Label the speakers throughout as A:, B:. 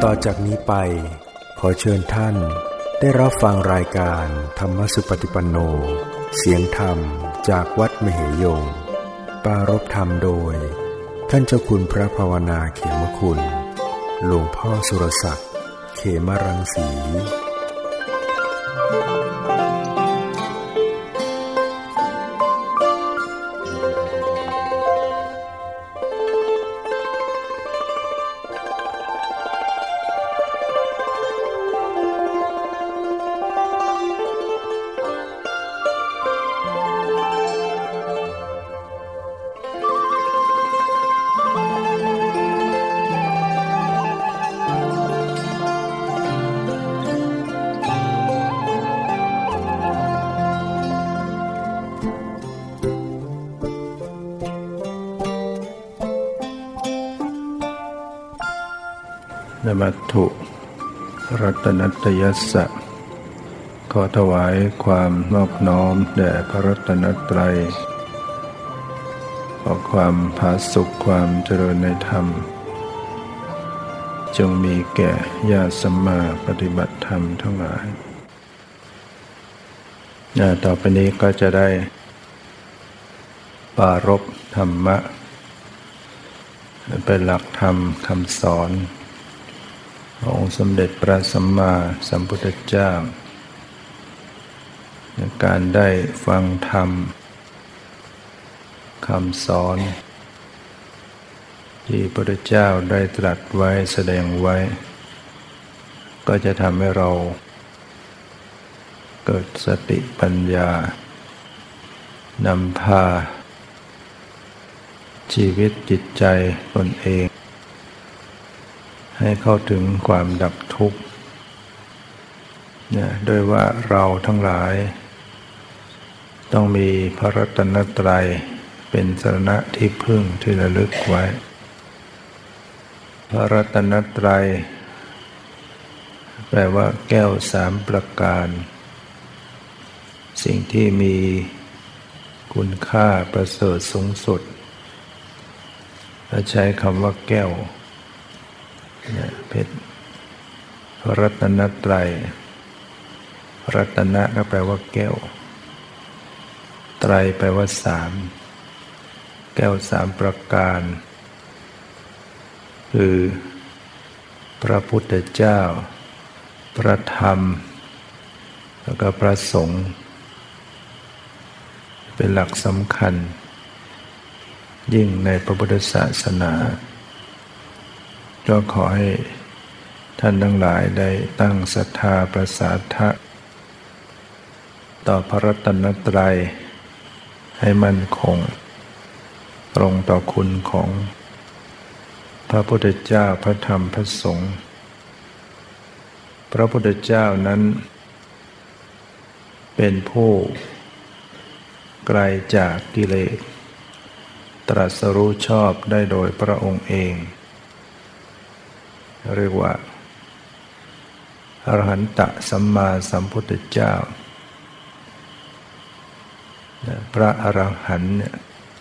A: ต่อจากนี้ไปขอเชิญท่านได้รับฟังรายการธรรมสุปฏิปันโนเสียงธรรมจากวัดมเหยงปรารภธรรมโดยท่านเจ้าคุณพระภาวนาเขมคุณหลวงพ่อสุรศักดิ์เขมรังสี
B: นมัตถุรัตนัตยัสสะขอถวายความนอบน้อมแด่พระรัตนตรัยขอความผาสุกความเจริญในธรรมจงมีแก่ญาติสัมมาปฏิบัติธรรมทั้งหลายต่อไปนี้ก็จะได้ปรารภธรรมะเป็นหลักธรรมคำสอนขององค์สมเด็จพระสัมมาสัมพุทธเจ้าในการได้ฟังธรรมคำสอนที่พระพุทธเจ้าได้ตรัสไว้แสดงไว้ก็จะทำให้เราเกิดสติปัญญานำพาชีวิตจิตใจตนเองให้เข้าถึงความดับทุกข์ด้วยว่าเราทั้งหลายต้องมีพระรัตนตรัยเป็นสรณะที่พึ่งที่ระลึกไว้พระรัตนตรัยแปลว่าแก้วสามประการสิ่งที่มีคุณค่าประเสริฐสูงสุดและใช้คำว่าแก้วเป็นพระรัตนตรัยรัตนะก็แปลว่าแก้วไตรแปลว่าสามแก้วสามประการคือพระพุทธเจ้าพระธรรมแล้วก็พระสงฆ์เป็นหลักสำคัญยิ่งในพระพุทธศาสนาก็ขอให้ท่านทั้งหลายได้ตั้งศรัทธาประสาทะต่อพระรัตนตรัยให้มั่นคงตรงต่อคุณของพระพุทธเจ้าพระธรรมพระสงฆ์พระพุทธเจ้านั้นเป็นผู้ไกลจากกิเลสตรัสรู้ชอบได้โดยพระองค์เองเรียกว่าอรหันตสัมมาสัมพุทธเจ้าพระอรหันต์เนี่ย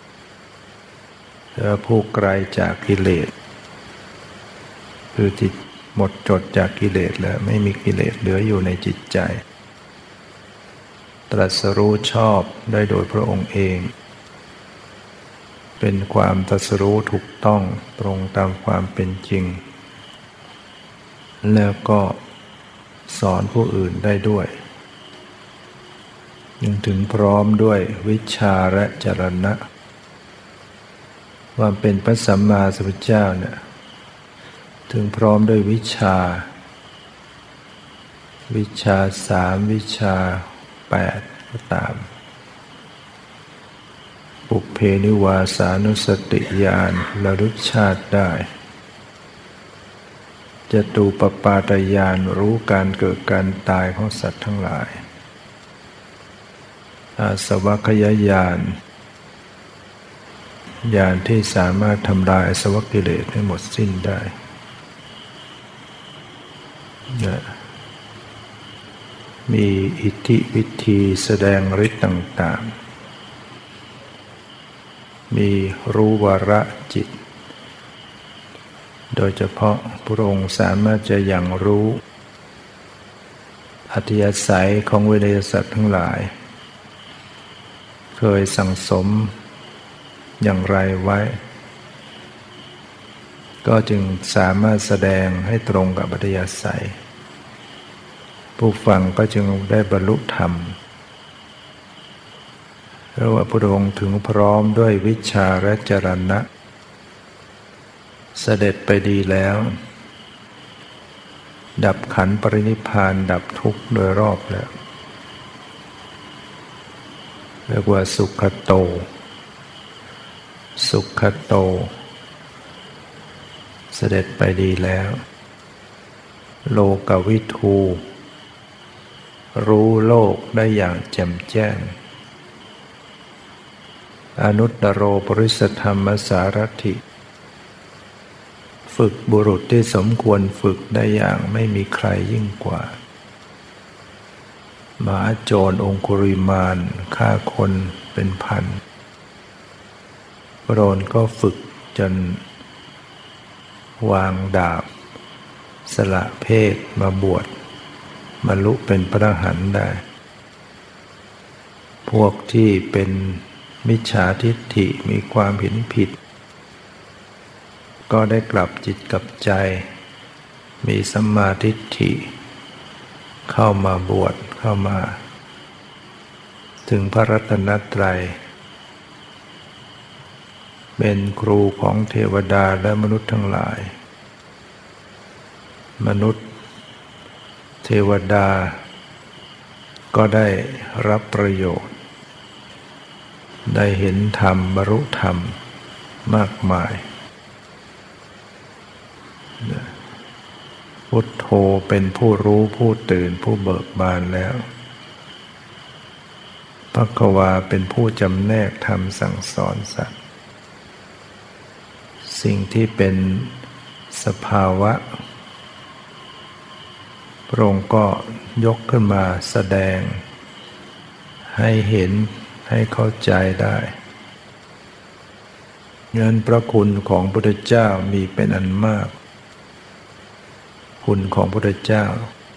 B: เป็นผู้ไกลจากกิเลสคือจิตหมดจดจากกิเลสแล้วไม่มีกิเลสเหลืออยู่ในจิตใจตรัสรู้ชอบได้โดยพระองค์เองเป็นความตรัสรู้ถูกต้องตรงตามความเป็นจริงแล้วก็สอนผู้อื่นได้ด้วยยังถึงพร้อมด้วยวิชชาและจรณะความเป็นพระสัมมาสัมพุทธเจ้าเนี่ยถึงพร้อมด้วยวิชาสามวิชา8ก็ตามปุพเพนิวาสานุสติญาณระลึกชาติได้จตุปปาตญาณรู้การเกิดการตายของสัตว์ทั้งหลายอาสวัคยญาณญาณที่สามารถทำลายอาสวะกิเลสให้หมดสิ้นได้มีอิทธิวิธีแสดงฤทธิ์ต่างๆมีรู้วาระจิตโดยเฉพาะพระองค์สามารถจะยังรู้อัธยาศัยของเวไนยสัตว์ทั้งหลายเคยสั่งสมอย่างไรไว้ก็จึงสามารถแสดงให้ตรงกับอัธยาศัยผู้ฟังก็จึงได้บรรลุธรรมเพราะว่าพระองค์ถึงพร้อมด้วยวิชชาและจรณะเสด็จไปดีแล้วดับขันธ์ปรินิพพานดับทุกข์โดยรอบแล้วเรียกว่าสุขโตสุขโตเสด็จไปดีแล้วโลกวิทูรู้โลกได้อย่างแจ่มแจ้งอนุตตโรปริสธรรมสารถิฝึกบุรุษที่สมควรฝึกได้อย่างไม่มีใครยิ่งกว่ามหาโจรองคุริมานฆ่าคนเป็นพันพระองค์ก็ฝึกจนวางดาบสละเพศมาบวชบรรลุเป็นพระอรหันต์ได้พวกที่เป็นมิจฉาทิฏฐิมีความเห็นผิดก็ได้กลับจิตกลับใจมีสัมมาทิฏฐิเข้ามาบวชเข้ามาถึงพระรัตนตรัยเป็นครูของเทวดาและมนุษย์ทั้งหลายมนุษย์เทวดาก็ได้รับประโยชน์ได้เห็นธรรมบรรลุธรรมมากมายพุทโธเป็นผู้รู้ผู้ตื่นผู้เบิกบานแล้วภควาเป็นผู้จำแนกธรรมสั่งสอนสัตว์สิ่งที่เป็นสภาวะพระองค์ก็ยกขึ้นมาแสดงให้เห็นให้เข้าใจได้เงินพระคุณของพระพุทธเจ้ามีเป็นอันมากคุณของพระพุทธเจ้า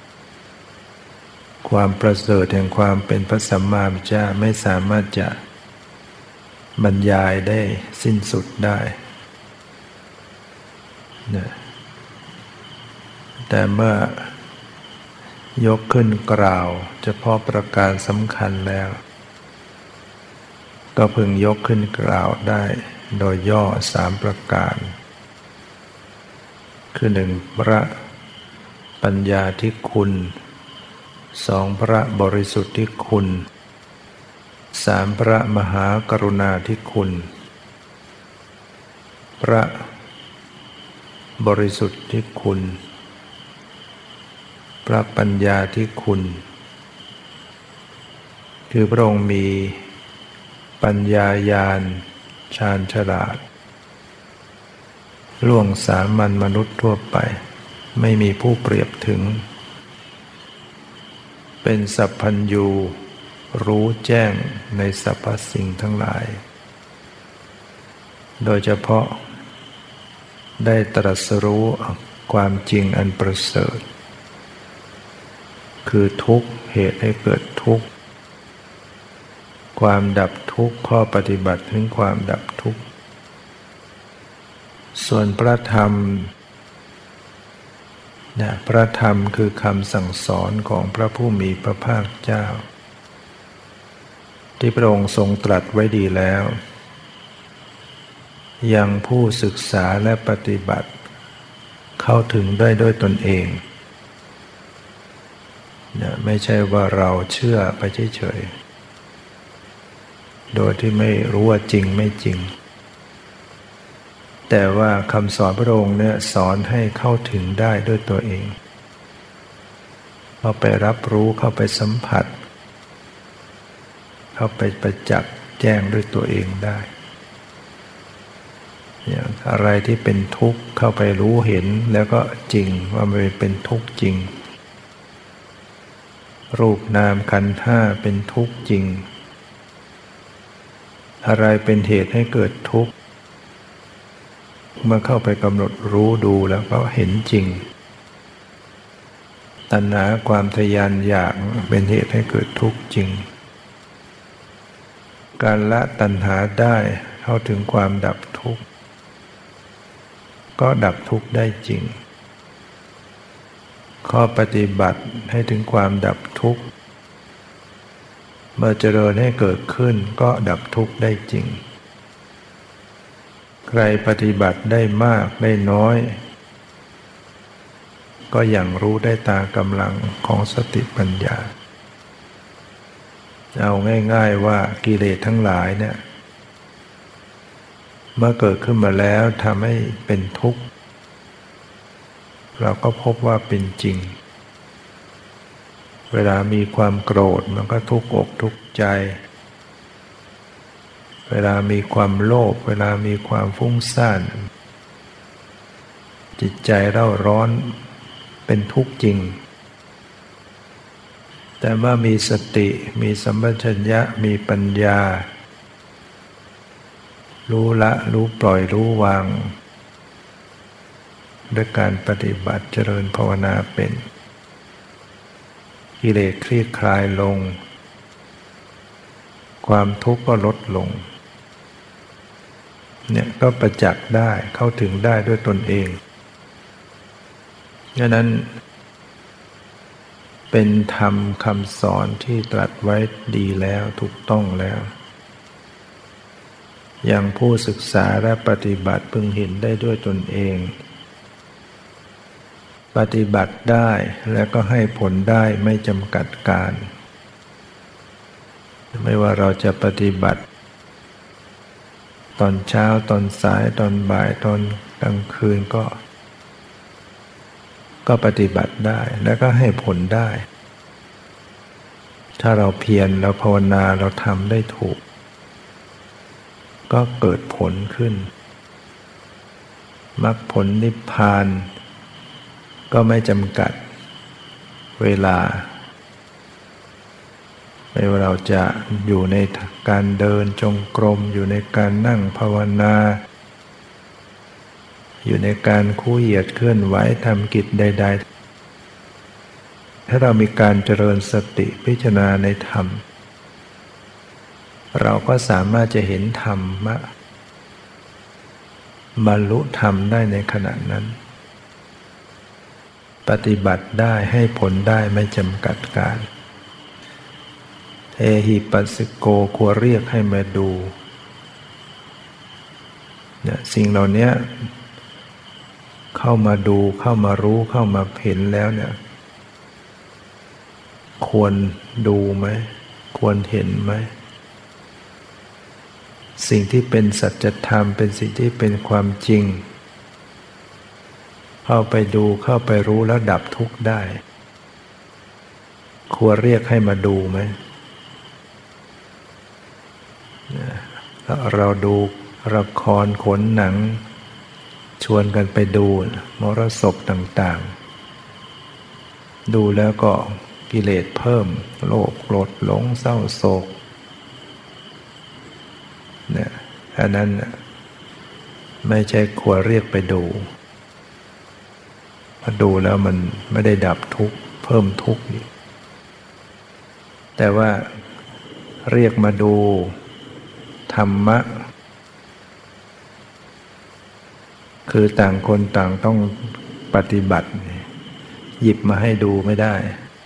B: ความประเสริฐแห่งความเป็นพระสัมมาสัมพุทธเจ้าไม่สามารถจะบรรยายได้สิ้นสุดได้แต่เมื่อยกขึ้นกล่าวเฉพาะประการสำคัญแล้วก็พึงยกขึ้นกล่าวได้โดยย่อ3ประการคือ 1. พระปัญญาธิคุณ 2. พระบริสุทธิคุณ 3. พระมหากรุณาธิคุณพระบริสุทธิคุณพระปัญญาธิคุณคือพระองค์มีปัญญาญาณชาญฉลาดล่วงสามัญมนุษย์ทั่วไปไม่มีผู้เปรียบถึงเป็นสัพพัญญูรู้แจ้งในสรรพสิ่งทั้งหลายโดยเฉพาะได้ตรัสรู้ความจริงอันประเสริฐคือทุกข์เหตุให้เกิดทุกข์ความดับทุกข์ข้อปฏิบัติถึงความดับทุกข์ส่วนพระธรรมพระธรรมคือคำสั่งสอนของพระผู้มีพระภาคเจ้าที่พระองค์ทรงตรัสไว้ดีแล้วยังผู้ศึกษาและปฏิบัติเข้าถึงได้ด้วยตนเองไม่ใช่ว่าเราเชื่อไปเฉยๆโดยที่ไม่รู้ว่าจริงไม่จริงแต่ว่าคำสอนพระองค์เนี่ยสอนให้เข้าถึงได้ด้วยตัวเองเข้าไปรับรู้เข้าไปสัมผัสเข้าไปประจักษ์แจ้งด้วยตัวเองได้อย่างอะไรที่เป็นทุกข์เข้าไปรู้เห็นแล้วก็จริงว่ามันเป็นทุกข์จริงรูปนามขันธ์ห้าเป็นทุกข์จริงอะไรเป็นเหตุให้เกิดทุกข์เมื่อเข้าไปกำหนดรู้ดูแล้วก็เห็นจริงตัณหาความทะยานอยากเป็นเหตุให้เกิดทุกข์จริงการละตัณหาได้เข้าถึงความดับทุกข์ก็ดับทุกข์ได้จริงข้อปฏิบัติให้ถึงความดับทุกข์เมื่อเจริญให้เกิดขึ้นก็ดับทุกข์ได้จริงใครปฏิบัติได้มากได้น้อยก็อย่างรู้ได้ตามกำลังของสติปัญญาเอาง่ายๆว่ากิเลสทั้งหลายเนี่ยเมื่อเกิดขึ้นมาแล้วทำให้เป็นทุกข์เราก็พบว่าเป็นจริงเวลามีความโกรธมันก็ทุกข์อกทุกข์ใจเวลามีความโลภเวลามีความฟุ้งซ่านจิตใจเร่าร้อนเป็นทุกข์จริงแต่เมื่อมีสติมีสัมปชัญญะมีปัญญารู้ละรู้ปล่อยรู้วางด้วยการปฏิบัติเจริญภาวนาเป็นกิเลสคลี่คลายลงความทุกข์ก็ลดลงเนี่ยก็ประจักษ์ได้เข้าถึงได้ด้วยตนเองฉะนั้นเป็นธรรมคำสอนที่ตรัสไว้ดีแล้วถูกต้องแล้วอย่างผู้ศึกษาและปฏิบัติพึงเห็นได้ด้วยตนเองปฏิบัติได้และก็ให้ผลได้ไม่จำกัดการไม่ว่าเราจะปฏิบัติตอนเช้าตอนสายตอนบ่ายตอนกลางคืนก็ปฏิบัติได้แล้วก็ให้ผลได้ถ้าเราเพียรเราภาวนาเราทำได้ถูกก็เกิดผลขึ้นมรรคผลนิพพานก็ไม่จำกัดเวลาไม่ว่าเราจะอยู่ในการเดินจงกรมอยู่ในการนั่งภาวนาอยู่ในการคู่เหยียดเคลื่อนไหวทำกิจใดๆถ้าเรามีการเจริญสติพิจารณาในธรรมเราก็สามารถจะเห็นธรรมะบรรลุธรรมได้ในขณะนั้นปฏิบัติได้ให้ผลได้ไม่จำกัดการเอหิปัสสิโกควรเรียกให้มาดูเนี่ยสิ่งเหล่านี้เข้ามาดูเข้ามารู้เข้ามาเห็นแล้วเนี่ยควรดูไหมควรเห็นไหมสิ่งที่เป็นสัจธรรมเป็นสิ่งที่เป็นความจริงเข้าไปดูเข้าไปรู้แล้วดับทุกข์ได้ควรเรียกให้มาดูไหมเราดูละครขนหนังชวนกันไปดูมรสพต่างๆดูแล้วก็กิเลสเพิ่มโลภโกรธหลงเศร้าโศกเนี่ยอันนั้นไม่ใช่ควรเรียกไปดูพอดูแล้วมันไม่ได้ดับทุกข์เพิ่มทุกข์อีกแต่ว่าเรียกมาดูธรรมะคือต่างคนต่างต้องปฏิบัติหยิบมาให้ดูไม่ได้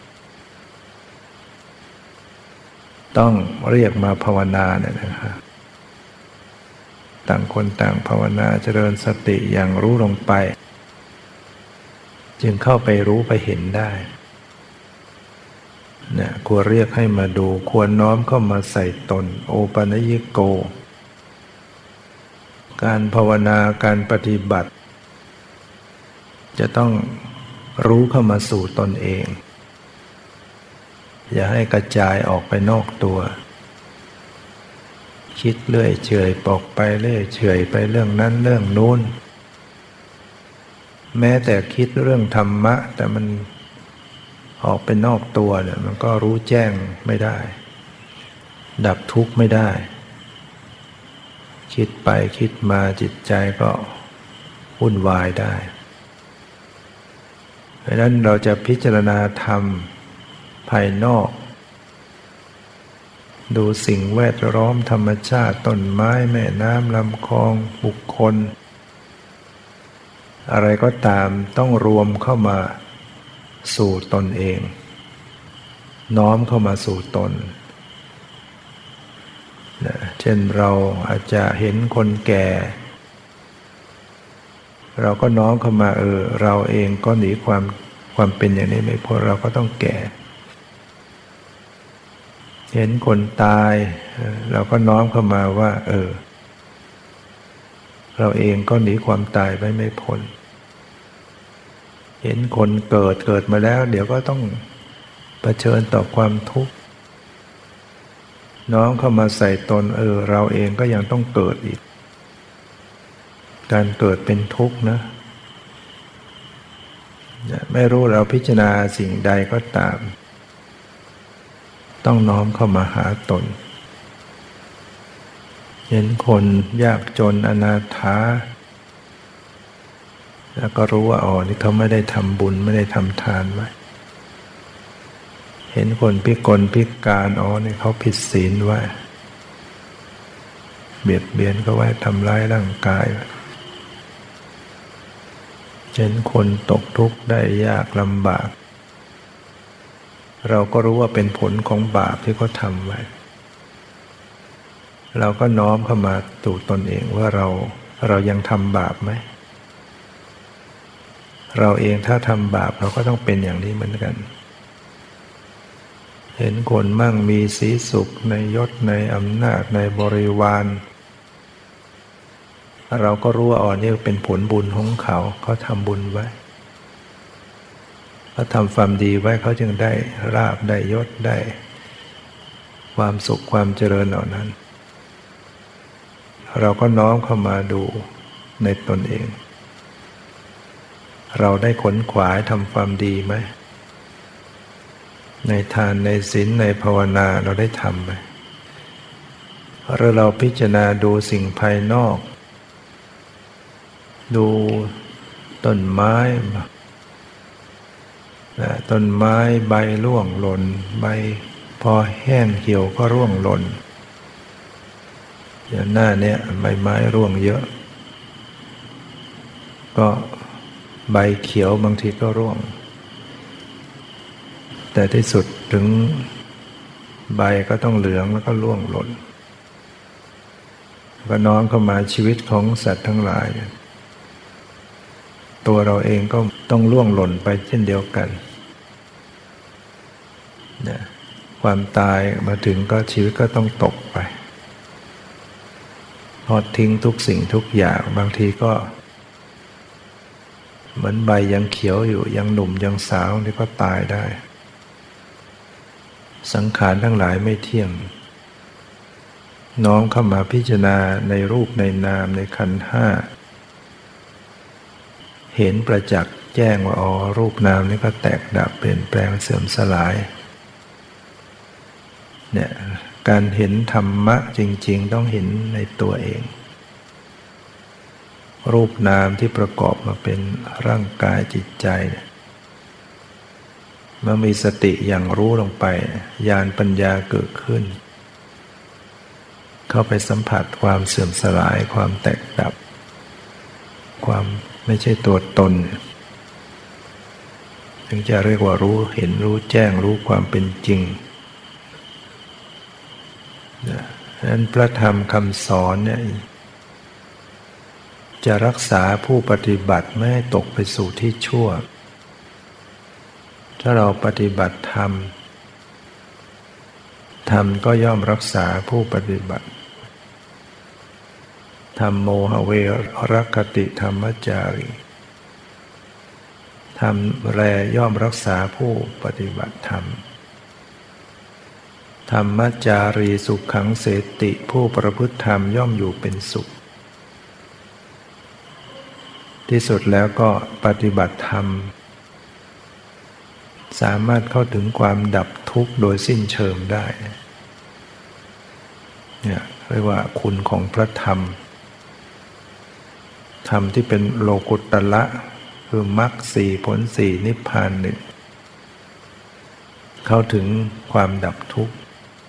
B: ต้องเรียกมาภาวนาเนี่ยนะครับต่างคนต่างภาวนาเจริญสติอย่างรู้ลงไปจึงเข้าไปรู้ไปเห็นได้เนี่ยควรเรียกให้มาดูควรน้อมเข้ามาใส่ตนโอปัญญิโกการภาวนาการปฏิบัติจะต้องรู้เข้ามาสู่ตนเองอย่าให้กระจายออกไปนอกตัวคิดเรื่อยเฉยปอกไปเรื่อยเฉยไปเรื่องนั้นเรื่องนู้นแม้แต่คิดเรื่องธรรมะแต่มันออกไปนอกตัวเนี่ยมันก็รู้แจ้งไม่ได้ดับทุกข์ไม่ได้คิดไปคิดมาจิตใจก็วุ่นวายได้เพราะฉะนั้นเราจะพิจารณาธรรมภายนอกดูสิ่งแวดล้อมธรรมชาติต้นไม้แม่น้ำลำคลองบุคคลอะไรก็ตามต้องรวมเข้ามาสู่ตนเองน้อมเข้ามาสู่ตนเช่นเราอาจจะเห็นคนแก่เราก็น้อมเข้ามาเราเองก็หนีความเป็นอย่างนี้ไม่พ้นเราก็ต้องแก่เห็นคนตายเราก็น้อมเข้ามาว่าเราเองก็หนีความตายไปไม่พ้นเห็นคนเกิดมาแล้วเดี๋ยวก็ต้องเผชิญต่อความทุกข์น้อมเข้ามาใส่ตนเราเองก็ยังต้องเกิดอีกการเกิดเป็นทุกข์นะไม่รู้เราพิจารณาสิ่งใดก็ตามต้องน้อมเข้ามาหาตนเห็นคนยากจนอนาถาแล้วก็รู้ว่านี่เขาไม่ได้ทำบุญไม่ได้ทำทานไว้เห็นคนพิกลพิการนี่เขาผิดศีลไว้เบียดเบียนเขาไว้ทำร้ายร่างกายเห็นคนตกทุกข์ได้ยากลำบากเราก็รู้ว่าเป็นผลของบาปที่เขาทำไว้เราก็น้อมเข้ามาสู่ตนเองว่าเรายังทำบาปไหมเราเองถ้าทำบาปเราก็ต้องเป็นอย่างนี้เหมือนกันเห็นคนมั่งมีสีสุขในยศในอำนาจในบริวารเราก็รู้ว่านี่เป็นผลบุญของเขาทำบุญไว้เขาทำความดีไว้เขาจึงได้ลาภได้ยศได้ความสุขความเจริญเหล่านั้นเราก็น้อมเข้ามาดูในตนเองเราได้ขนขวายทำความดีไหมในทานในศีลในภาวนาเราได้ทำไหมหรือเราพิจารณาดูสิ่งภายนอกดูต้นไม้ใบร่วงหล่นใบพอแห้งเหี่ยวก็ร่วงหล่นอย่างหน้าเนี้ยใบไม้ร่วงเยอะก็ใบเขียวบางทีก็ร่วงแต่ที่สุดถึงใบก็ต้องเหลืองแล้วก็ร่วงหล่นก็น้อมเข้ามาชีวิตของสัตว์ทั้งหลายตัวเราเองก็ต้องร่วงหล่นไปเช่นเดียวกันความตายมาถึงก็ชีวิตก็ต้องตกไปทอดทิ้งทุกสิ่งทุกอย่างบางทีก็เหมือนใบยังเขียวอยู่ยังหนุ่มยังสาวนี่ก็ตายได้สังขารทั้งหลายไม่เที่ยงน้อมเข้ามาพิจารณาในรูปในนามในขันธ์ห้าเห็นประจักษ์แจ้งว่ารูปนามนี่ก็แตกดับเปลี่ยนแปลงเสื่อมสลายเนี่ยการเห็นธรรมะจริงๆต้องเห็นในตัวเองรูปนามที่ประกอบมาเป็นร่างกายจิตใจเมื่อมีสติอย่างรู้ลงไปญาณปัญญาเกิดขึ้นเข้าไปสัมผัสความเสื่อมสลายความแตกดับความไม่ใช่ตัวตนถึงจะเรียกว่ารู้เห็นรู้แจ้งรู้ความเป็นจริงดังนั้นพระธรรมคำสอนเนี่ยจะรักษาผู้ปฏิบัติไม่ให้ตกไปสู่ที่ชั่วถ้าเราปฏิบัติธรรมก็ย่อมรักษาผู้ปฏิบัติธัมโมหเวรคติธรรมจารีธรรมแลย่อมรักษาผู้ปฏิบัติธรรมธรรมจารีสุขขังเสติผู้ประพฤติธรรมย่อมอยู่เป็นสุขที่สุดแล้วก็ปฏิบัติธรรมสามารถเข้าถึงความดับทุกข์โดยสิ้นเชิงได้เนี่ยเรียกว่าคุณของพระธรรมธรรมที่เป็นโลกุตตระคือมรรคสี่ผลสี่นิพพานหนึ่งเข้าถึงความดับทุกข์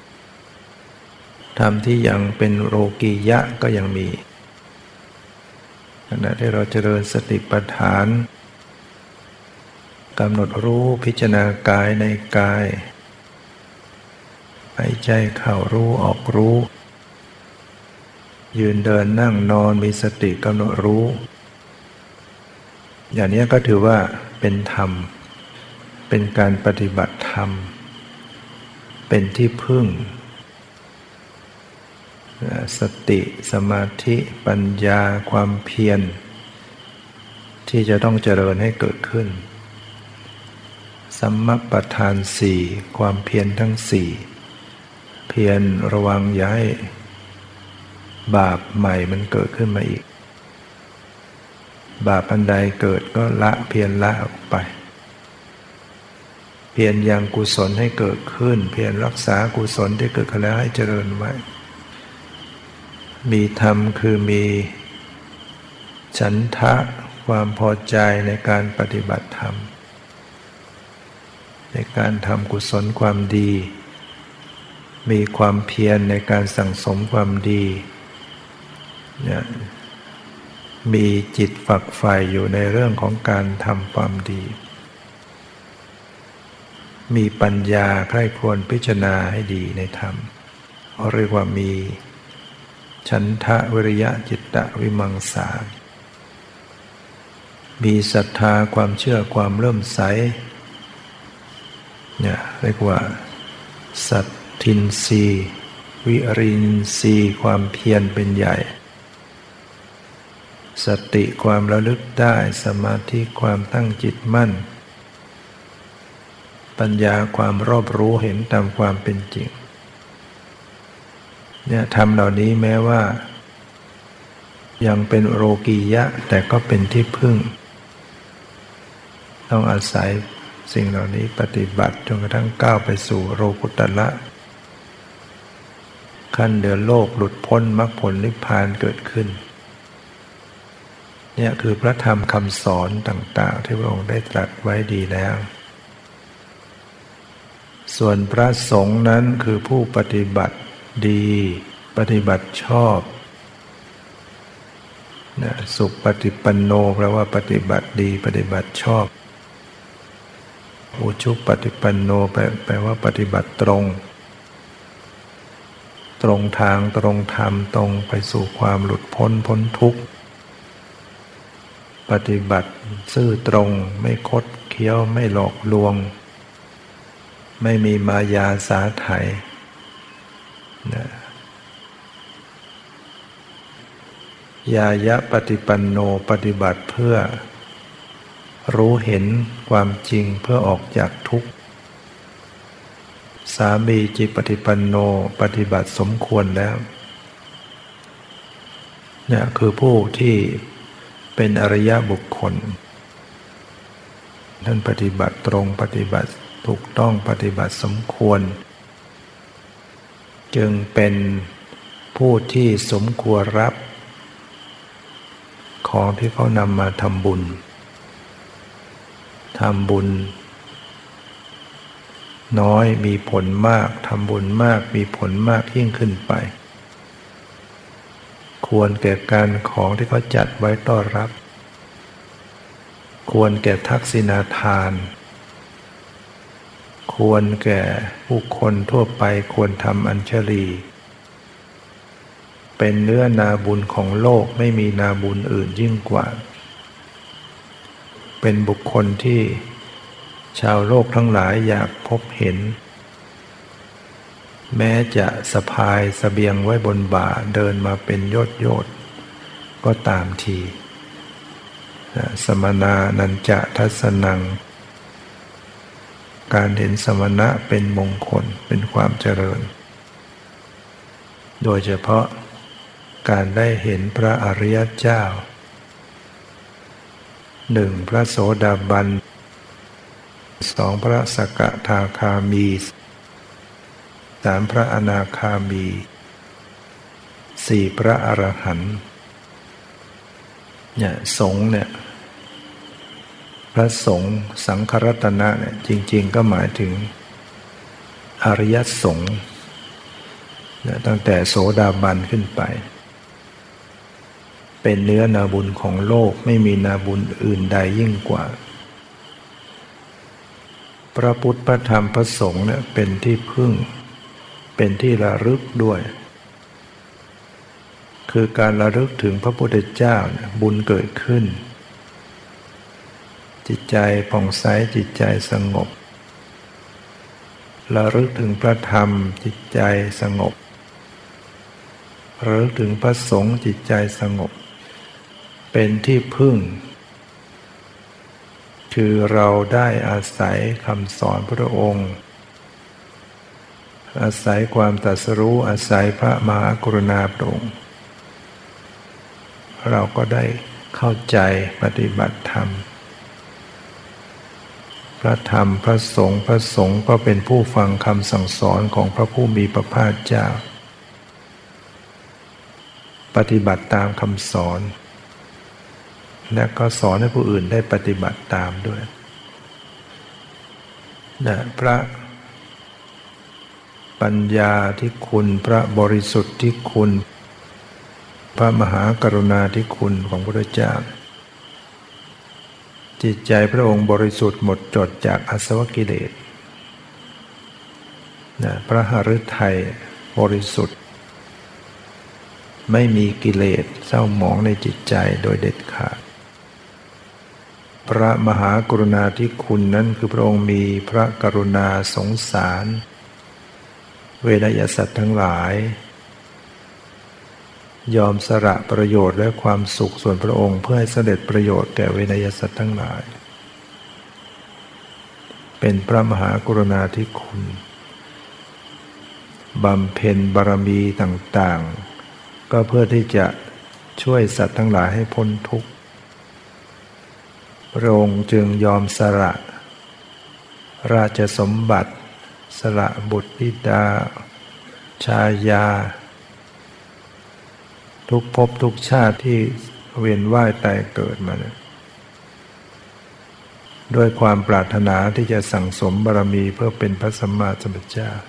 B: ธรรมที่ยังเป็นโลกียะก็ยังมีขณะที่เราเจริญสติปัฏฐานกำหนดรู้พิจารณากายในกายหายใจเข้ารู้ออกรู้ยืนเดินนั่งนอนมีสติกำหนดรู้อย่างนี้ก็ถือว่าเป็นธรรมเป็นการปฏิบัติธรรมเป็นที่พึ่งสติสมาธิปัญญาความเพียรที่จะต้องเจริญให้เกิดขึ้นสัมมาประธานสี่ความเพียรทั้งสี่เพียรระวังอย่าให้บาปใหม่มันเกิดขึ้นมาอีกบาปอันใดเกิดก็ละเพียรละออกไปเพียรยังกุศลให้เกิดขึ้นเพียรรักษากุศลที่เกิดขึ้นแล้วให้เจริญไว้มีธรรมคือมีฉันทะความพอใจในการปฏิบัติธรรมในการทำกุศลความดีมีความเพียรในการสั่งสมความดีเนี่ยมีจิตฝักใฝ่อยู่ในเรื่องของการทำความดีมีปัญญาใคร่ครวญพิจารณาให้ดีในธรรมเขาเรียกว่ามีฉันทะวิริยะจิตตะวิมังสามีศรัทธาความเชื่อความเริ่มใสเนี่ยเรียกว่าสัตทินรีวิรินทรีย์ความเพียรเป็นใหญ่สติความระลึกได้สมาธิความตั้งจิตมั่นปัญญาความรอบรู้เห็นตามความเป็นจริงเนี่ยธรรมเหล่านี้แม้ว่ายังเป็นโลกียะแต่ก็เป็นที่พึ่งต้องอาศัยสิ่งเหล่านี้ปฏิบัติจนกระทั่งก้าวไปสู่โลกุตตระขั้นเหนือโลกหลุดพ้นมรรคผลนิพพานเกิดขึ้นเนี่ยคือพระธรรมคำสอนต่างๆที่พระองค์ได้ตรัสไว้ดีแล้วส่วนพระสงฆ์นั้นคือผู้ปฏิบัติดีปฏิบัติชอบนะสุปฏิปันโนแปลว่าปฏิบัติดีปฏิบัติชอบอุชุปฏิปันโนแปลว่าปฏิบัติตรงตรงทางตรงธรรมตรงไปสู่ความหลุดพ้นทุกข์ปฏิบัติซื่อตรงไม่คดเคี้ยวไม่หลอกลวงไม่มีมายาสาไถนะยายะปฏิปันโนปฏิบัติเพื่อรู้เห็นความจริงเพื่อออกจากทุกข์สามีจิปฏิปันโนปฏิบัติสมควรแล้วเนี่ยคือผู้ที่เป็นอริยบุคคลท่านปฏิบัติตรงปฏิบัติถูกต้องปฏิบัติสมควรจึงเป็นผู้ที่สมควรรับของที่เขานำมาทำบุญน้อยมีผลมากทำบุญมากมีผลมากยิ่งขึ้นไปควรแก่การของที่เขาจัดไว้ต้อนรับควรแก่ทักษิณาทานควรแก่ผู้คนทั่วไปควรทำอัญชลีเป็นเนื้อนาบุญของโลกไม่มีนาบุญอื่นยิ่งกว่าเป็นบุคคลที่ชาวโลกทั้งหลายอยากพบเห็นแม้จะสะพายเสบียงไว้บนบ่าเดินมาเป็นโยชน์ก็ตามทีสมนานันจะทัสนังการเห็นสมณะเป็นมงคลเป็นความเจริญโดยเฉพาะการได้เห็นพระอริยเจ้า1พระโสดาบัน2พระสกทาคามี3พระอนาคามี4พระอรหันต์เนี่ยสงฆ์เนี่ยพระสงฆ์สังฆรัตนะเนี่ยจริงๆก็หมายถึงอริยสงฆ์ตั้งแต่โสดาบันขึ้นไปเป็นเนื้อนาบุญของโลกไม่มีนาบุญอื่นใดยิ่งกว่าพระพุทธพระธรรมพระสงฆ์เนี่ยเป็นที่พึ่งเป็นที่ระลึกด้วยคือการระลึกถึงพระพุทธเจ้าบุญเกิดขึ้นจิตใจผ่องใสจิตใจสงบระลึกถึงพระธรรมจิตใจสงบระลึกถึงพระสงฆ์จิตใจสงบเป็นที่พึ่งคือเราได้อาศัยคำสอนพระองค์อาศัยความตรัสรู้อาศัยพระมหากรุณาพระองค์เราก็ได้เข้าใจปฏิบัติธรรมพระธรรมพระสงฆ์ก็เป็นผู้ฟังคำสั่งสอนของพระผู้มีพระภาคเจ้าปฏิบัติตามคำสอนและก็สอนให้ผู้อื่นได้ปฏิบัติตามด้วยพระปัญญาที่คุณพระบริสุทธิ์ที่คุณพระมหากรุณาธิคุณของพระพุทธเจ้าจิตใจพระองค์บริสุทธิ์หมดจดจากอาสวะกิเลสพระหฤทัยบริสุทธิ์ไม่มีกิเลสเศร้าหมองในจิตใจโดยเด็ดขาดพระมหากรุณาธิคุณนั้นคือพระองค์มีพระกรุณาสงสารเวไนยสัตว์ทั้งหลายยอมสละประโยชน์และความสุขส่วนพระองค์เพื่อให้เสด็จประโยชน์แก่เวไนยสัตว์ทั้งหลายเป็นพระมหากรุณาธิคุณบำเพ็ญบารมีต่างๆก็เพื่อที่จะช่วยสัตว์ทั้งหลายให้พ้นทุกข์พระองค์จึงยอมสละราชสมบัติสละบุตรธิดาชายาทุกภพทุกชาติที่เวียนว่ายตายเกิดมาด้วยความปรารถนาที่จะสั่งสมบารมีเพื่อเป็นพระสัมมาสัมพุทธเจ้า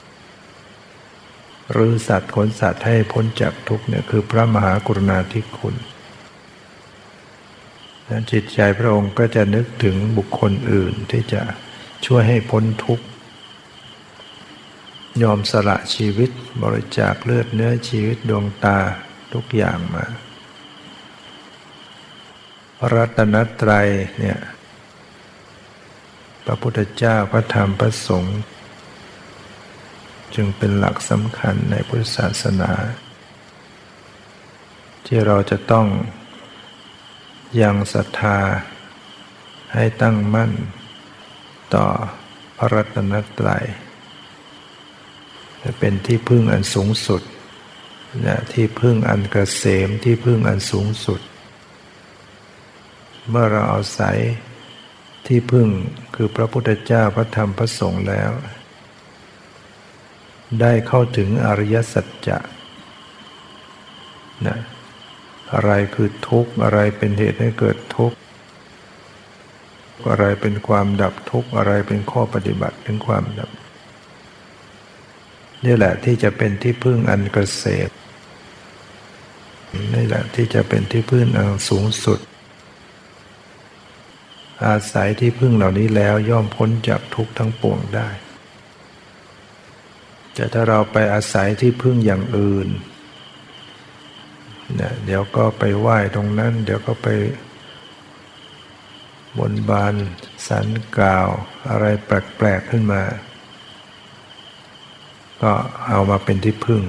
B: หรือสัตว์ขนสัตว์ให้พ้นจากทุกข์เนี่ยคือพระมหากรุณาธิคุณนั้นจิตใจพระองค์ก็จะนึกถึงบุคคลอื่นที่จะช่วยให้พ้นทุกข์ยอมสละชีวิตบริจาคเลือดเนื้อชีวิตดวงตาทุกอย่างมารัตนตรัยเนี่ยพระพุทธเจ้าพระธรรมพระสงฆ์จึงเป็นหลักสำคัญในพุทธศาสนาที่เราจะต้องยังศรัทธาให้ตั้งมั่นต่อพระรัตนตรัยจะเป็นที่พึ่งอันสูงสุดที่พึ่งอันเกษมที่พึ่งอันสูงสุดเมื่อเราอาศัยที่พึ่งคือพระพุทธเจ้าพระธรรมพระสงฆ์แล้วได้เข้าถึงอริยสัจจะอะไรคือทุกข์อะไรเป็นเหตุให้เกิดทุกข์อะไรเป็นความดับทุกข์อะไรเป็นข้อปฏิบัติถึงความดับนี่แหละที่จะเป็นที่พึ่งอันเกษมนี่แหละที่จะเป็นที่พึ่งอันสูงสุดอาศัยที่พึ่งเหล่านี้แล้วย่อมพ้นจากทุกข์ทั้งปวงได้แต่ถ้าเราไปอาศัยที่พึ่งอย่างอื่นเดี๋ยวก็ไปไหว้ตรงนั้นเดี๋ยวก็ไปบนบานสรรกล่าวอะไรแปลกๆขึ้นมาก็เอามาเป็นที่พึ่ง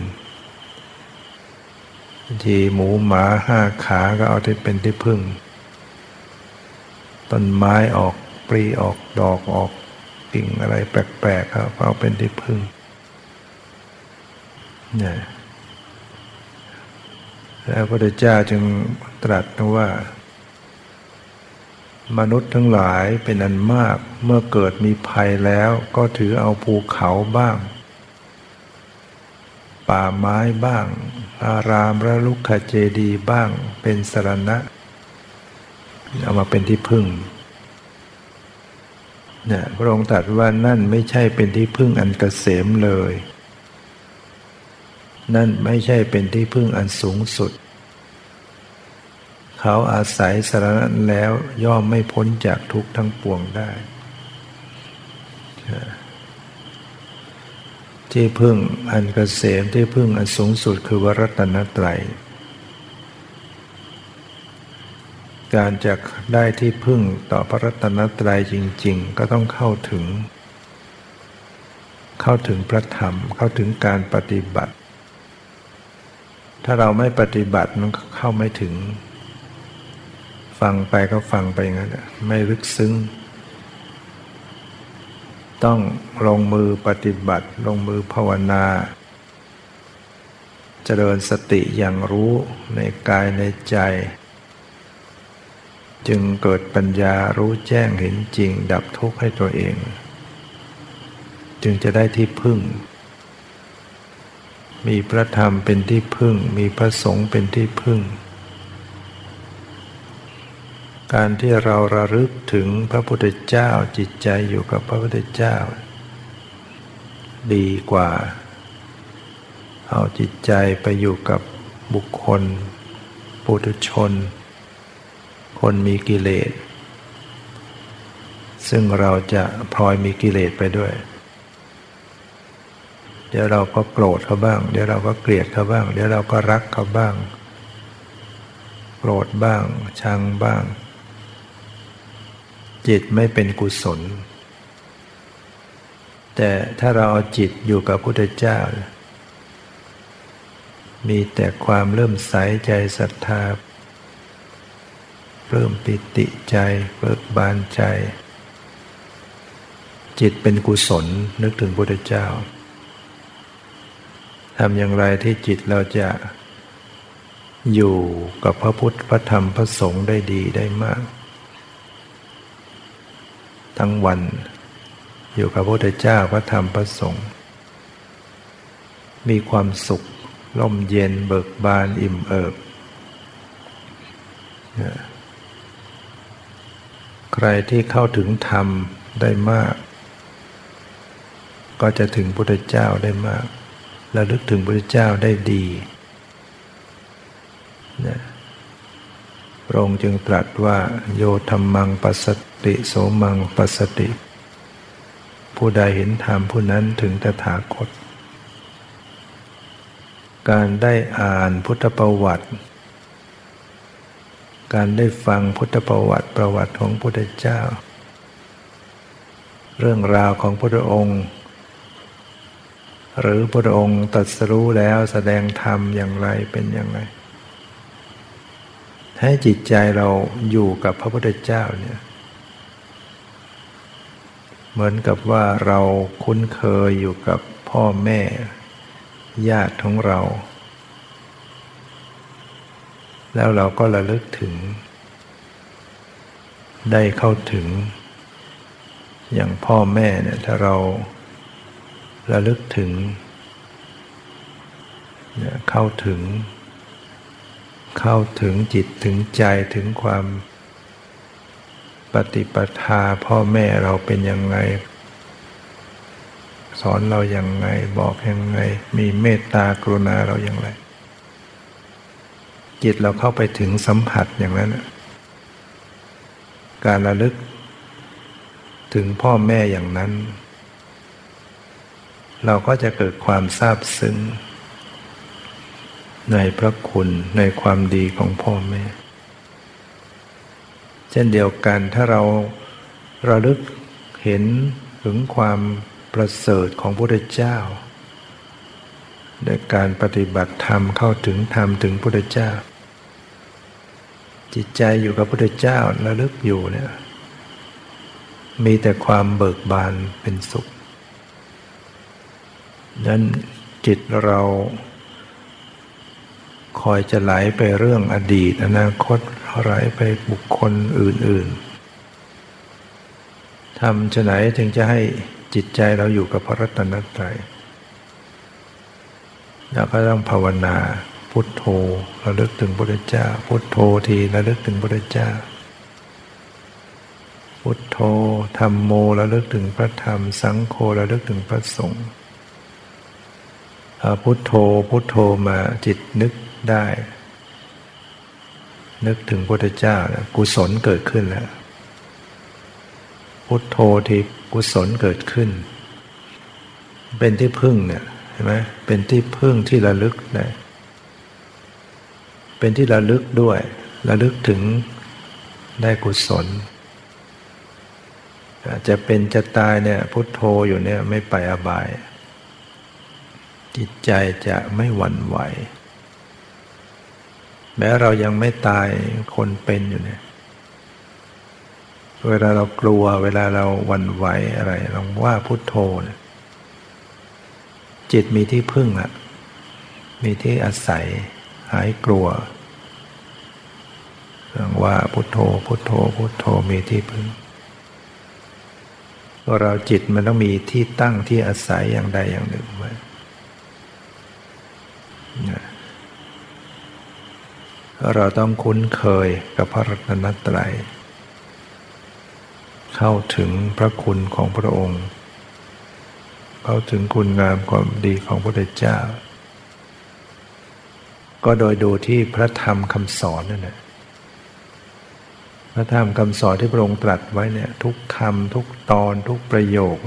B: ทีหมูหมา5 ขาก็เอาที่เป็นที่พึ่งต้นไม้ออกปลีออกดอกออกกิ่งอะไรแปลกๆก็เอาเป็นที่พึ่งเนี่ยแล้วพระพุทธเจ้าจึงตรัสว่ามนุษย์ทั้งหลายเป็นอันมากเมื่อเกิดมีภัยแล้วก็ถือเอาภูเขาบ้างป่าไม้บ้างอารามและลุกขเจดีย์บ้างเป็นสรณะเอามาเป็นที่พึ่งเนี่ยพระองค์ตรัสว่านั่นไม่ใช่เป็นที่พึ่งอันเกษมเลยนั่นไม่ใช่เป็นที่พึ่งอันสูงสุดเขาอาศัยสรณะแล้วย่อมไม่พ้นจากทุกข์ทั้งปวงได้ที่พึ่งอันเกษมที่พึ่งอันสูงสุดคือวรัตนตรัยการจะได้ที่พึ่งต่อพระรัตนตรัยจริงๆก็ต้องเข้าถึงพระธรรมเข้าถึงการปฏิบัติถ้าเราไม่ปฏิบัติมันก็เข้าไม่ถึงฟังไปก็ฟังไปอย่างนั้นไม่ลึกซึ้งต้องลงมือปฏิบัติลงมือภาวนาเจริญสติอย่างรู้ในกายในใจจึงเกิดปัญญารู้แจ้งเห็นจริงดับทุกข์ให้ตัวเองจึงจะได้ที่พึ่งมีพระธรรมเป็นที่พึ่งมีพระสงฆ์เป็นที่พึ่งการที่เราระลึกถึงพระพุทธเจ้าจิตใจอยู่กับพระพุทธเจ้าดีกว่าเอาจิตใจไปอยู่กับบุคคลปุถุชนคนมีกิเลสซึ่งเราจะพลอยมีกิเลสไปด้วยเดี๋ยวเราก็โกรธเขาบ้างเดี๋ยวเราก็เกลียดเขาบ้างเดี๋ยวเราก็รักเขาบ้างโกรธบ้างชังบ้างจิตไม่เป็นกุศลแต่ถ้าเราเอาจิตอยู่กับพระพุทธเจ้ามีแต่ความเริ่มใสใจศรัทธาเริ่มปิติใจเบิกบานใจจิตเป็นกุศลนึกถึงพระพุทธเจ้าทำอย่างไรที่จิตเราจะอยู่กับพระพุทธพระธรรมพระสงฆ์ได้ดีได้มากทั้งวันอยู่กับพระพุทธเจ้าพระธรรมพระสงฆ์มีความสุขร่มเย็นเบิกบานอิ่มเอิบใครที่เข้าถึงธรรมได้มากก็จะถึงพระพุทธเจ้าได้มากระลึกถึงพระพุทธเจ้าได้ดีพระองค์จึงตรัสว่าโยธัมมังปัสสติโสมังปัสสติผู้ใดเห็นธรรมผู้นั้นถึงตถาคตการได้อ่านพุทธประวัติการได้ฟังพุทธประวัติของพระพุทธเจ้าเรื่องราวของพระองค์หรือพระองค์ตรัสรู้แล้วแสดงธรรมอย่างไรเป็นอย่างไรให้จิตใจเราอยู่กับพระพุทธเจ้าเนี่ยเหมือนกับว่าเราคุ้นเคยอยู่กับพ่อแม่ญาติของเราแล้วเราก็ระลึกถึงได้เข้าถึงอย่างพ่อแม่เนี่ยถ้าเราระลึกถึงเข้าถึงจิตถึงใจถึงความปฏิปทาพ่อแม่เราเป็นยังไงสอนเราอย่างไงบอกยังไงมีเมตตากรุณาเราอย่างไรจิตเราเข้าไปถึงสัมผัสอย่างนั้นการระลึกถึงพ่อแม่อย่างนั้นเราก็จะเกิดความซาบซึ้งในพระคุณในความดีของพ่อแม่เช่นเดียวกันถ้าเราระลึกเห็นถึงความประเสริฐของพระพุทธเจ้าโดยการปฏิบัติธรรมเข้าถึงธรรมถึงพระพุทธเจ้าจิตใจอยู่กับพระพุทธเจ้าระลึกอยู่เนี่ยมีแต่ความเบิกบานเป็นสุขนั้นจิตเราคอยจะไหลไปเรื่องอดีตอนาคตไหลไปบุคคลอื่นๆทำฉะไหนถึงจะให้จิตใจเราอยู่กับพระรัตนตรัยเราก็ต้องภาวนาพุทโธระลึกถึงพระพุทธเจ้าพุทโธทีระลึกถึงพระพุทธเจ้าพุทโธธัมโมระลึกถึงพระธรรมสังโฆระลึกถึงพระสงฆ์พุทโธพุทโธมาจิตนึกได้นึกถึงพระพุทธเจ้ากุศลเกิดขึ้นแล้วพุทโธที่กุศลเกิดขึ้นเป็นที่พึ่งเนี่ยเห็นไหมเป็นที่พึ่งที่ระลึกได้เป็นที่ระลึกด้วยระลึกถึงได้กุศลจะเป็นจะตายเนี่ยพุทโธอยู่เนี่ยไม่ไปอบายจิตใจจะไม่หวั่นไหวแม้เรายังไม่ตายคนเป็นอยู่เนี่ยเวลาเรากลัวเวลาเราหวั่นไหวอะไรลองว่าพุทโธเนี่ยจิตมีที่พึ่งอะมีที่อาศัยหายกลัวลองว่าพุทโธพุทโธพุทโธมีที่พึ่งเราจิตมันต้องมีที่ตั้งที่อาศัยอย่างใดอย่างหนึ่งไว้เราต้องคุ้นเคยกับพระรัตนตรัยเข้าถึงพระคุณของพระองค์เข้าถึงคุณงามความดีของพระพุทธเจ้าก็โดยดูที่พระธรรมคำสอนนั่นแหละพระธรรมคำสอนที่พระองค์ตรัสไว้เนี่ยทุกคำทุกตอนทุกประโยค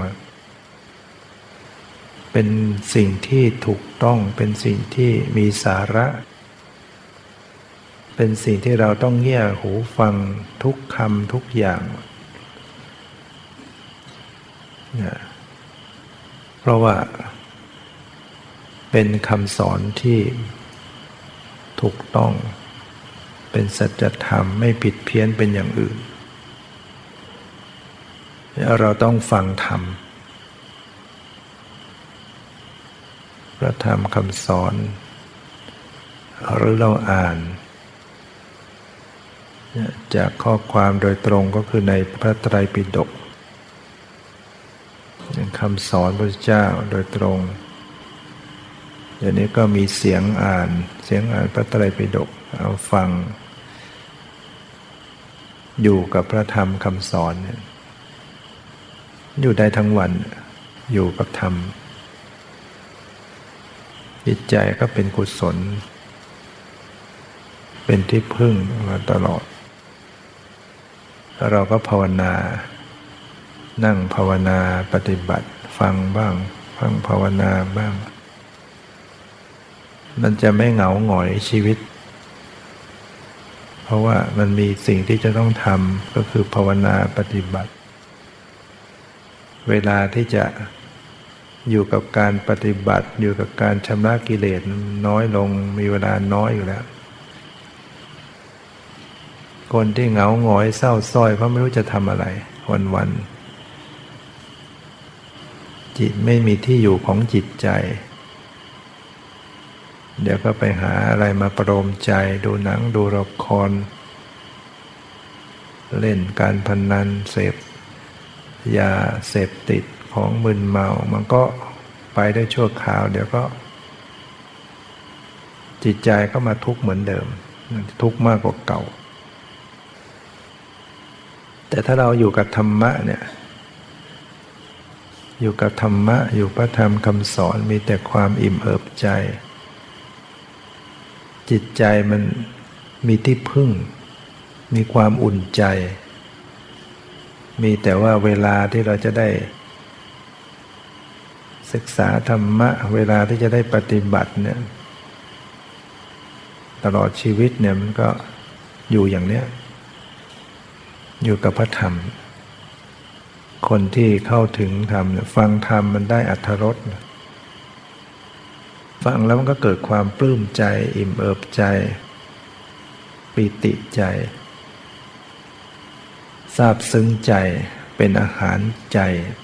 B: เป็นสิ่งที่ถูกต้องเป็นสิ่งที่มีสาระเป็นสิ่งที่เราต้องเงี่ยหูฟังทุกคำทุกอย่างเพราะว่าเป็นคำสอนที่ถูกต้องเป็นสัจธรรมไม่ผิดเพี้ยนเป็นอย่างอื่นเราต้องฟังธรรมพระธรรมคำสอนหรือเราอ่านจากข้อความโดยตรงก็คือในพระไตรปิฎกคำสอนพระเจ้าโดยตรงเดี๋ยวนี้ก็มีเสียงอ่านพระไตรปิฎกเอาฟังอยู่กับพระธรรมคำสอนเนี่ยอยู่ได้ทั้งวันอยู่กับธรรมจิตใจก็เป็นกุศลเป็นที่พึ่งมาตลอดแล้วเราก็ภาวนานั่งภาวนาปฏิบัติฟังบ้างฟังภาวนาบ้างมันจะไม่เหงาหงอยชีวิตเพราะว่ามันมีสิ่งที่จะต้องทำก็คือภาวนาปฏิบัติเวลาที่จะอยู่กับการปฏิบัติอยู่กับการชำระกิเลสน้อยลงมีเวลาน้อยอยู่แล้วคนที่เหงาหงอยเศร้าส้อยเพราะไม่รู้จะทำอะไรวันๆจิตไม่มีที่อยู่ของจิตใจเดี๋ยวก็ไปหาอะไรมาประโลมใจดูหนังดูละครเล่นการพนันเสพยาเสพติดของมึนเมามันก็ไปได้ชั่วคราวเดี๋ยวก็จิตใจก็มาทุกข์เหมือนเดิมทุกข์มากกว่าเก่าแต่ถ้าเราอยู่กับธรรมะเนี่ยอยู่กับธรรมะอยู่พระธรรมคำสอนมีแต่ความอิ่มเอิบใจจิตใจมันมีที่พึ่งมีความอุ่นใจมีแต่ว่าเวลาที่เราจะได้ศึกษาธรรมะเวลาที่จะได้ปฏิบัติเนี่ยตลอดชีวิตเนี่ยมันก็อยู่อย่างเนี้ยอยู่กับพระธรรมคนที่เข้าถึงธรรมเนี่ยฟังธรรมมันได้อรรถรสฟังแล้วมันก็เกิดความปลื้มใจอิ่มเอิบใจปิติใจซาบซึ้งใจเป็นอาหารใจ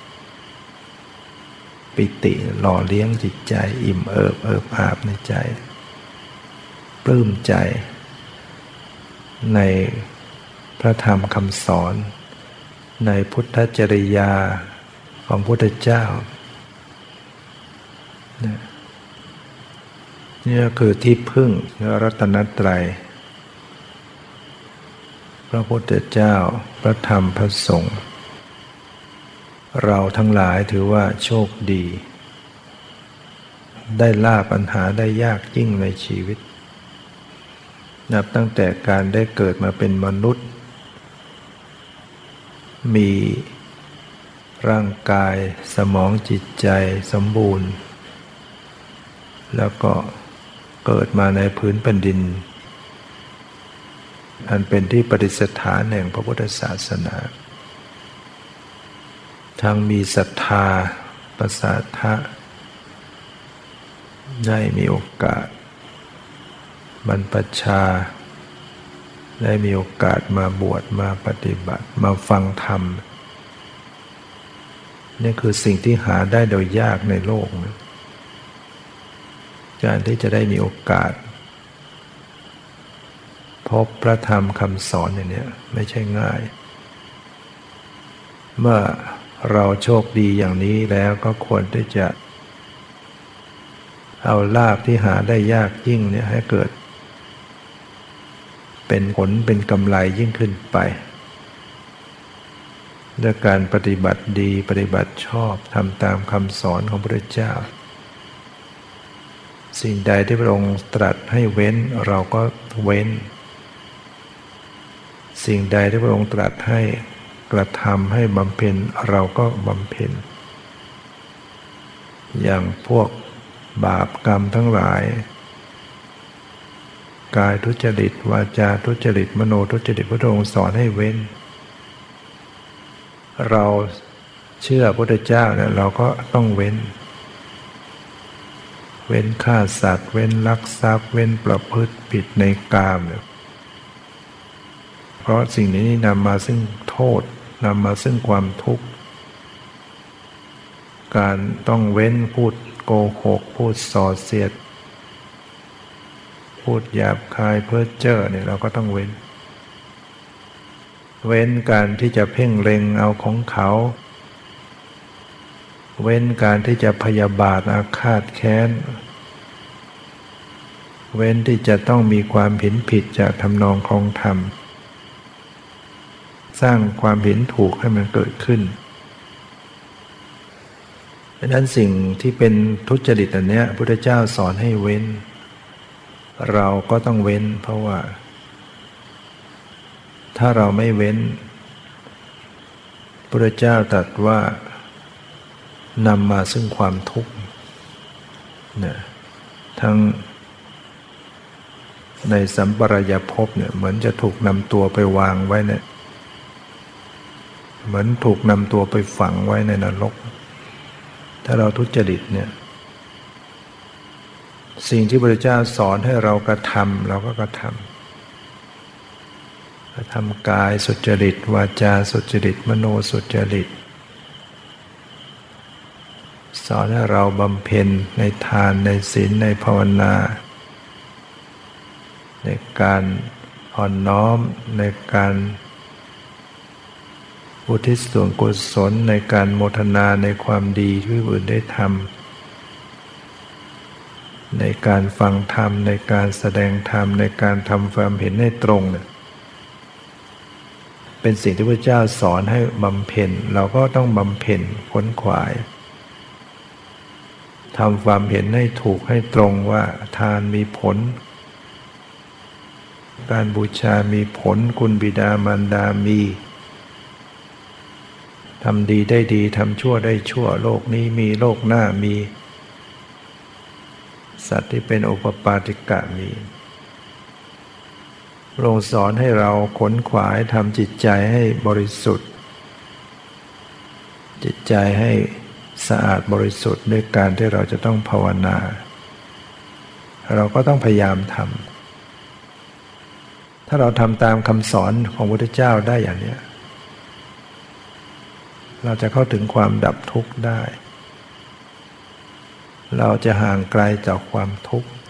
B: ปิติหล่อเลี้ยงจิตใจอิ่มเอิบอาบในใจปลื้มใจในพระธรรมคำสอนในพุทธจริยาของพระพุทธเจ้านี่ก็คือที่พึ่งรัตนตรัยพระพุทธเจ้าพระธรรมพระสงฆ์เราทั้งหลายถือว่าโชคดีได้ล่าปัญหาได้ยากยิ่งในชีวิตนับตั้งแต่การได้เกิดมาเป็นมนุษย์มีร่างกายสมองจิตใจสมบูรณ์แล้วก็เกิดมาในพื้นแผ่นดินอันเป็นที่ประดิษฐานแห่งพระพุทธศาสนาทั้งมีศรัทธาประสาทะได้มีโอกาสบรรพชาได้มีโอกาสมาบวชมาปฏิบัติมาฟังธรรมนี่คือสิ่งที่หาได้โดยยากในโลกนะการที่จะได้มีโอกาสพบพระธรรมคำสอนอย่างนี้ไม่ใช่ง่ายเมื่อเราโชคดีอย่างนี้แล้วก็ควรที่จะเอาลาภที่หาได้ยากยิ่งเนี่ยให้เกิดเป็นผลเป็นกำไรยิ่งขึ้นไปด้วยการปฏิบัติดีปฏิบัติชอบทำตามคำสอนของพระพุทธเจ้าสิ่งใดที่พระองค์ตรัสให้เว้นเราก็เว้นสิ่งใดที่พระองค์ตรัสให้กระทำให้บำเพ็ญเราก็บำเพ็ญอย่างพวกบาปกรรมทั้งหลายกายทุจริตวาจาทุจริตมโนทุจริตพระองค์สอนให้เว้นเราเชื่อพระพุทธเจ้าเนี่ยเราก็ต้องเว้นฆ่าสัตว์เว้นลักทรัพย์เว้นประพฤติผิดในกามเนี่ยเพราะสิ่งนี้นำมาซึ่งโทษนำมาซึ่งความทุกข์การต้องเว้นพูดโกหกพูดส่อเสียดพูดหยาบคายเพ้อเจ้อเนี่ยเราก็ต้องเว้นการที่จะเพ่งเล็งเอาของเขาเว้นการที่จะพยาบาทอาฆาตแค้นเว้นที่จะต้องมีความเห็นผิดจากทำนองครองธรรมสร้างความเห็นถูกให้มันเกิดขึ้นดังนั้นสิ่งที่เป็นทุจริตอันเนี้ยพระพุทธเจ้าสอนให้เว้นเราก็ต้องเว้นเพราะว่าถ้าเราไม่เว้นพระพุทธเจ้าตรัสว่านำมาซึ่งความทุกข์เนี่ยทั้งในสัมปรายภพเนี่ยเหมือนจะถูกนำตัวไปวางไว้เนี่ยเหมือนถูกนำตัวไปฝังไว้ในนรกถ้าเราทุจริตเนี่ยสิ่งที่พระพุทธเจ้าสอนให้เรากระทำเราก็กระทำกายสุจริตวาจาสุจริตมโนสุจริตสอนให้เราบำเพ็ญในทานในศีลในภาวนาในการอ่อนน้อมในการอุทิศส่วนกุศลในการโมทนาในความดีที่ผู้อื่นได้ทำในการฟังธรรมในการแสดงธรรมในการทำความเห็นให้ตรงเนี่ยเป็นสิ่งที่พระเจ้าสอนให้บำเพ็ญเราก็ต้องบำเพ็ญขวนขวายทำความเห็นให้ถูกให้ตรงว่าทานมีผลการบูชามีผลคุณบิดามารดามีทำดีได้ดีทำชั่วได้ชั่วโลกนี้มีโลกหน้ามีสัตว์ที่เป็นโอปปาติกะมีพระองค์สอนให้เราขวนขวายทำจิตใจให้บริสุทธิ์จิตใจให้สะอาดบริสุทธิ์ด้วยการที่เราจะต้องภาวนาเราก็ต้องพยายามทำถ้าเราทำตามคำสอนของพระพุทธเจ้าได้อย่างนี้เราจะเข้าถึงความดับทุกข์ได้เราจะห่างไกลจากความทุกข์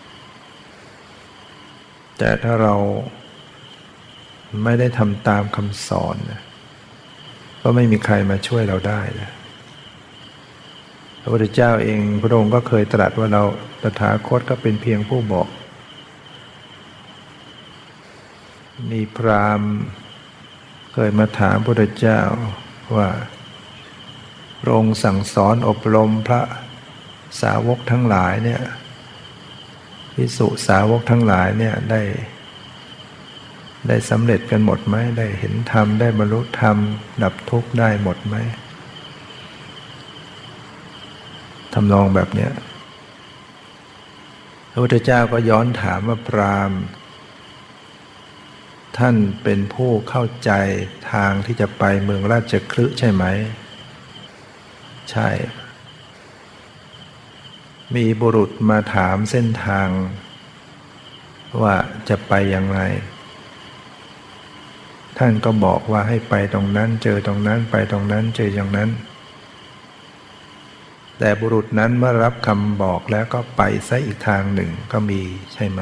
B: แต่ถ้าเราไม่ได้ทำตามคำสอนก็ไม่มีใครมาช่วยเราได้นะพระพุทธเจ้าเองพระองค์ก็เคยตรัสว่าเราตถาคตก็เป็นเพียงผู้บอกมีพราหมณ์เคยมาถามพระพุทธเจ้าว่าพระองค์สั่งสอนอบรมพระสาวกทั้งหลายเนี่ยภิกษุสาวกทั้งหลายเนี่ยได้สำเร็จกันหมดไหมได้เห็นธรรมได้บรรลุธรรมดับทุกข์ได้หมดไหมทำนองแบบเนี้ยพระพุทธเจ้าก็ย้อนถามว่าพราหมณ์ท่านเป็นผู้เข้าใจทางที่จะไปเมืองราชคฤห์ใช่ไหมใช่มีบุรุษมาถามเส้นทางว่าจะไปอย่างไรท่านก็บอกว่าให้ไปตรงนั้นเจอตรงนั้นไปตรงนั้นเจออย่างนั้นแต่บุรุษนั้นเมื่อรับคำบอกแล้วก็ไปซะอีกทางหนึ่งก็มีใช่ไหม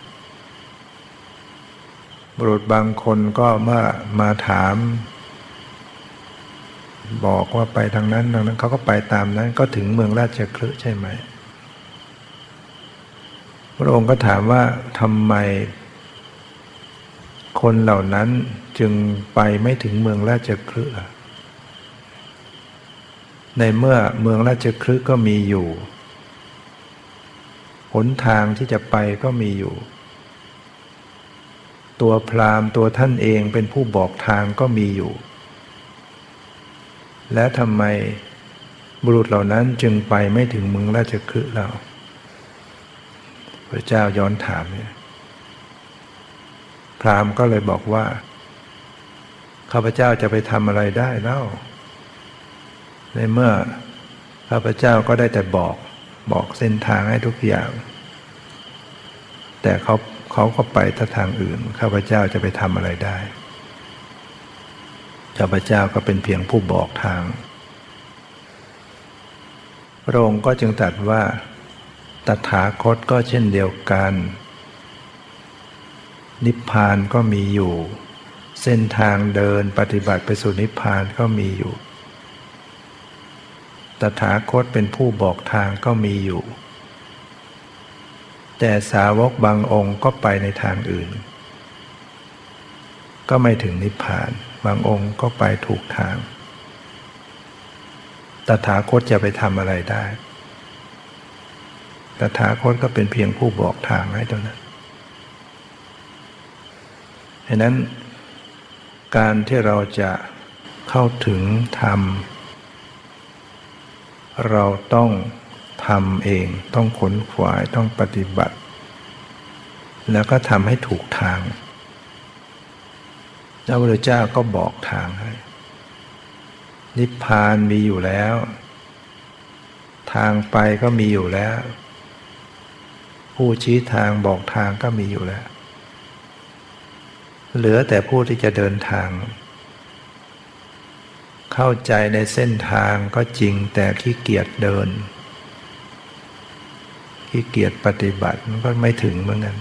B: บุรุษบางคนก็เมื่อมาถามบอกว่าไปทางนั้นทางนั้นเขาก็ไปตามนั้นก็ถึงเมืองราชคฤห์ใช่ไหมพระองค์ก็ถามว่าทำไมคนเหล่านั้นจึงไปไม่ถึงเมืองราชคฤห์ในเมื่อเมืองราชคฤห์ก็มีอยู่หนทางที่จะไปก็มีอยู่ตัวพราหมณ์ตัวท่านเองเป็นผู้บอกทางก็มีอยู่และทำไมบุรุษเหล่านั้นจึงไปไม่ถึงเมืองราชคฤห์เราพระเจ้าย้อนถามเนี่ยพราหมณ์ก็เลยบอกว่าข้าพเจ้าจะไปทำอะไรได้เล่าในเมื่อข้าพเจ้าก็ได้แต่บอกเส้นทางให้ทุกอย่างแต่เขาก็ไปทางอื่นข้าพเจ้าจะไปทำอะไรได้ข้าพเจ้าก็เป็นเพียงผู้บอกทางพระองค์ก็จึงตรัสว่าตถาคตก็เช่นเดียวกันนิพพานก็มีอยู่เส้นทางเดินปฏิบัติไปสู่นิพพานก็มีอยู่ตถาคตเป็นผู้บอกทางก็มีอยู่แต่สาวกบางองค์ก็ไปในทางอื่นก็ไม่ถึงนิพพานบางองค์ก็ไปถูกทางตถาคตจะไปทำอะไรได้ตถาคตก็เป็นเพียงผู้บอกทางให้เท่านั้นฉะนั้นการที่เราจะเข้าถึงธรรมเราต้องทำเองต้องขนขวายต้องปฏิบัติแล้วก็ทำให้ถูกทางพระพุทธเจ้าก็บอกทางให้นิพพานมีอยู่แล้วทางไปก็มีอยู่แล้วผู้ชี้ทางบอกทางก็มีอยู่แล้วเหลือแต่ผู้ที่จะเดินทางเข้าใจในเส้นทางก็จริงแต่ขี้เกียจเดินขี้เกียจปฏิบัติมันก็ไม่ถึงเหมือนกัน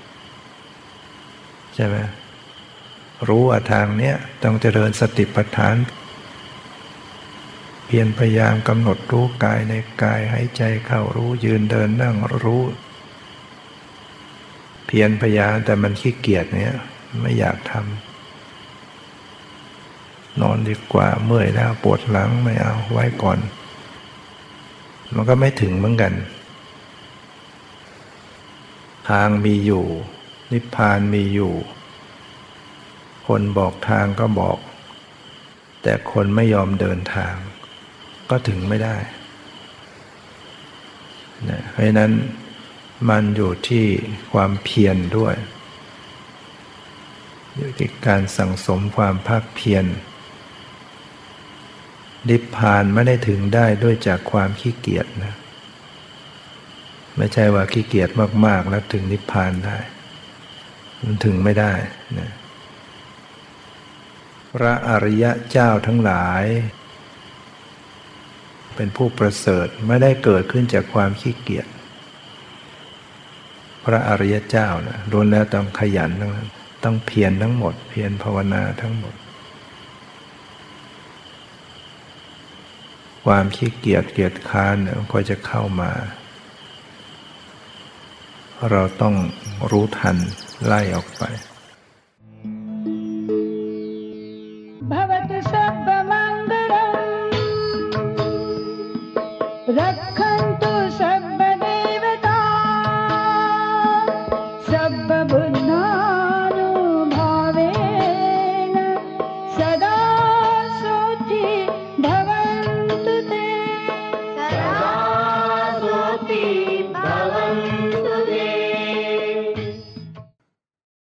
B: ใช่ไหมรู้ว่าทางเนี้ยต้องเจริญสติปัฏฐานเพียรพยายามกำหนดรู้กายในกายหายใจเข้ารู้ยืนเดินนั่งรู้เพียรพยายามแต่มันขี้เกียจเนี้ยไม่อยากทำนอนดีกว่าเมื่อยแล้วปวดหลังไม่เอาไว้ก่อนมันก็ไม่ถึงเหมือนกันทางมีอยู่นิพพานมีอยู่คนบอกทางก็บอกแต่คนไม่ยอมเดินทางก็ถึงไม่ได้เพราะฉะนั้นมันอยู่ที่ความเพียรด้วยอยู่ที่การสั่งสมความภาคเพียรนิพพานไม่ได้ถึงได้ด้วยจากความขี้เกียจนะไม่ใช่ว่าขี้เกียจมากๆแล้วถึงนิพพานได้มันถึงไม่ได้นะพระอริยเจ้าทั้งหลายเป็นผู้ประเสริฐไม่ได้เกิดขึ้นจากความขี้เกียจพระอริยเจ้านะล้วนแล้วต้องขยันทั้งนั้นต้องเพียรทั้งหมดเพียรภาวนาทั้งหมดความขี้เกียจเกียจค้านเนี่ยก็จะเข้ามาเราต้องรู้ทันไล่ออกไป
C: रक्षन्तु